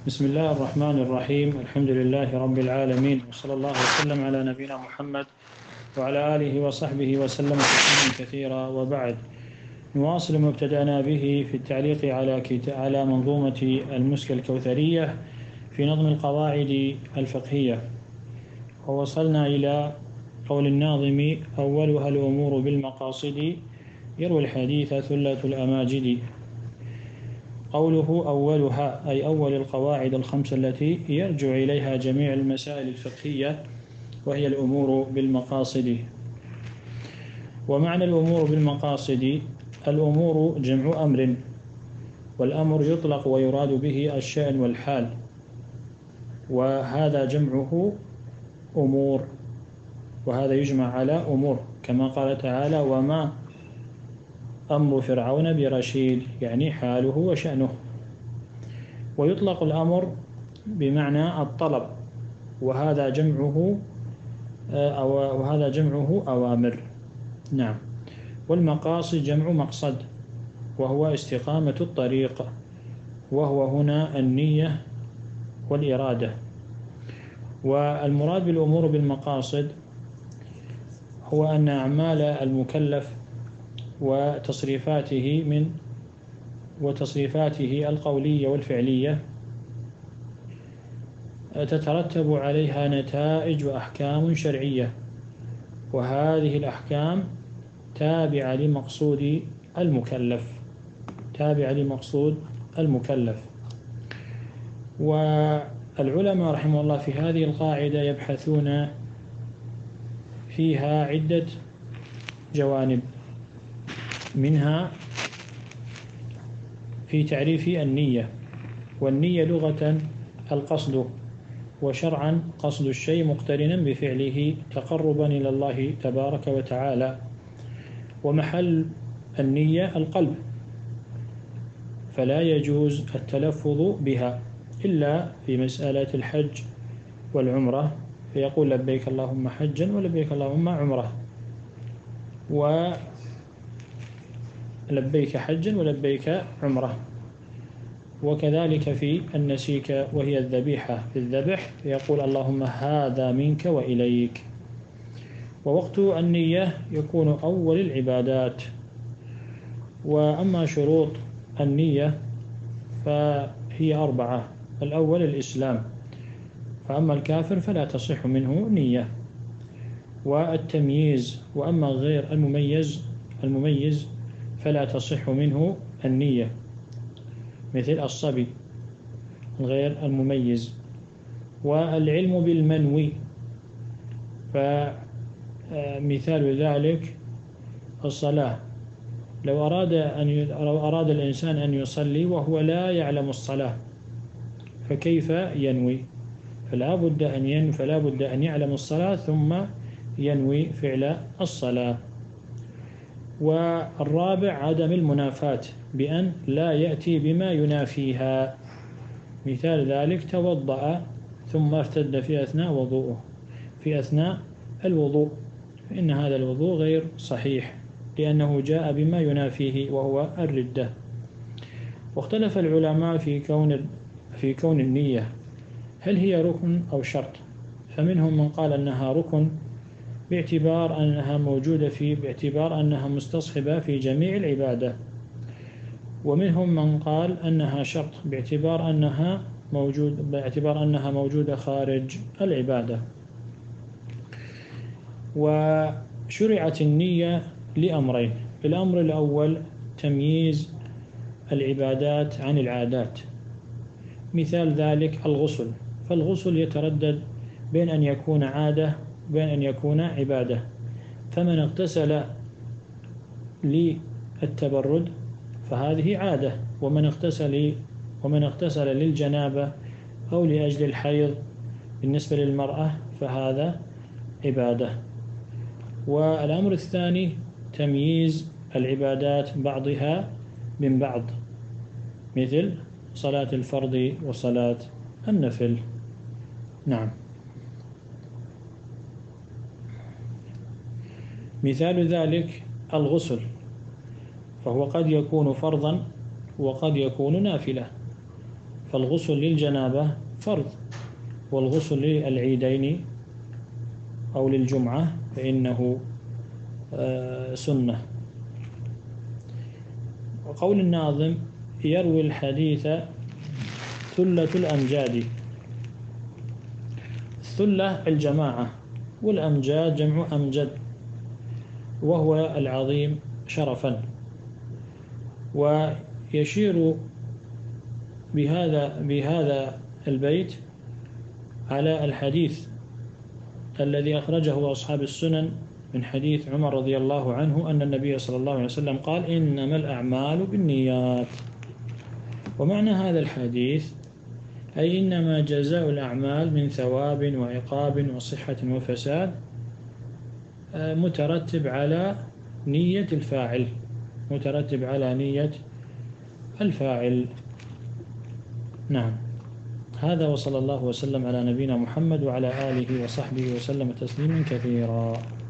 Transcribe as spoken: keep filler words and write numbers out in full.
بسم الله الرحمن الرحيم. الحمد لله رب العالمين، وصلى الله وسلم على نبينا محمد وعلى آله وصحبه وسلم تسليما كثيرا، وبعد. نواصل ما ابتدأنا به في التعليق على على منظومة المسك الكوثرية في نظم القواعد الفقهية، ووصلنا إلى قول الناظم: أولها الأمور بالمقاصد، يروي الحديث ثلة الأماجد. قوله أولها أي أول القواعد الخمسة التي يرجع إليها جميع المسائل الفقهية، وهي الأمور بالمقاصد. ومعنى الأمور بالمقاصد: الأمور جمع أمر، والأمر يطلق ويراد به الشأن والحال، وهذا جمعه أمور، وهذا يجمع على أمور، كما قال تعالى: وما أمر فرعون برشيد، يعني حاله وشأنه. ويطلق الأمر بمعنى الطلب، وهذا جمعه أو وهذا جمعه أوامر. نعم. والمقاصد جمع مقصد، وهو استقامة الطريق، وهو هنا النية والإرادة. والمراد بالأمور بالمقاصد هو أن أعمال المكلف وتصريفاته من وتصريفاته القولية والفعلية تترتب عليها نتائج وأحكام شرعية، وهذه الأحكام تابعة لمقصود المكلف تابعة لمقصود المكلف. والعلماء رحمه الله في هذه القاعدة يبحثون فيها عدة جوانب، منها في تعريف النية. والنية لغة القصد، وشرعا قصد الشيء مقترنا بفعله تقربا إلى الله تبارك وتعالى. ومحل النية القلب، فلا يجوز التلفظ بها إلا في مسألة الحج والعمرة، فيقول: لبيك اللهم حجا ولبيك اللهم عمرة، ولبيك حجا ولبيك عمرة. وكذلك في النسيك وهي الذبيحة، في الذبح يقول: اللهم هذا منك وإليك. ووقت النية يكون أول العبادات. وأما شروط النية فهي أربعة: الأول الإسلام، فأما الكافر فلا تصح منه نية. والتمييز، وأما غير المميز المميز فلا تصح منه النية، مثل الصبي غير المميز. والعلم بالمنوي، فمثال ذلك الصلاة. لو أراد أن لو أراد الإنسان أن يصلي وهو لا يعلم الصلاة، فكيف ينوي؟ فلا بد أن ينوي فلا بد أن يعلم الصلاة ثم ينوي فعل الصلاة. والرابع عدم المنافاة، بأن لا يأتي بما ينافيها. مثال ذلك: توضأ ثم ارتد في أثناء وضوءه في أثناء الوضوء، فإن هذا الوضوء غير صحيح، لأنه جاء بما ينافيه وهو الردة. واختلف العلماء في كون في كون النية، هل هي ركن أو شرط؟ فمنهم من قال أنها ركن باعتبار أنها موجودة في باعتبار أنها مستصحبة في جميع العبادة، ومنهم من قال أنها شرط باعتبار أنها موجود باعتبار أنها موجودة خارج العبادة. وشرعت النية لأمرين: الأمر الأول تمييز العبادات عن العادات، مثال ذلك الغسل، فالغسل يتردد بين أن يكون عادة وبين أن يكون عبادة، فمن اغتسل للتبرد فهذه عادة، ومن اغتسل ومن اغتسل للجنابة أو لأجل الحيض بالنسبة للمرأة فهذا عبادة. والأمر الثاني تمييز العبادات بعضها من بعض، مثل صلاة الفرض وصلاة النفل. نعم. مثال ذلك الغسل، فهو قد يكون فرضا وقد يكون نافلة، فالغسل للجنابة فرض، والغسل للعيدين أو للجمعة فإنه سنة. وقول الناظم: يروي الحديث ثلة الأمجاد. الثلة الجماعة، والأمجاد جمع أمجد، وهو العظيم شرفا. ويشير بهذا بهذا البيت على الحديث الذي أخرجه أصحاب السنن من حديث عمر رضي الله عنه أن النبي صلى الله عليه وسلم قال: إنما الأعمال بالنيات. ومعنى هذا الحديث أي إنما جزاء الأعمال من ثواب وعقاب وصحة وفساد مترتب على نية الفاعل، مترتب على نية الفاعل. نعم، هذا، وصلى الله وسلم على نبينا محمد وعلى آله وصحبه وسلم تسليما كثيرا.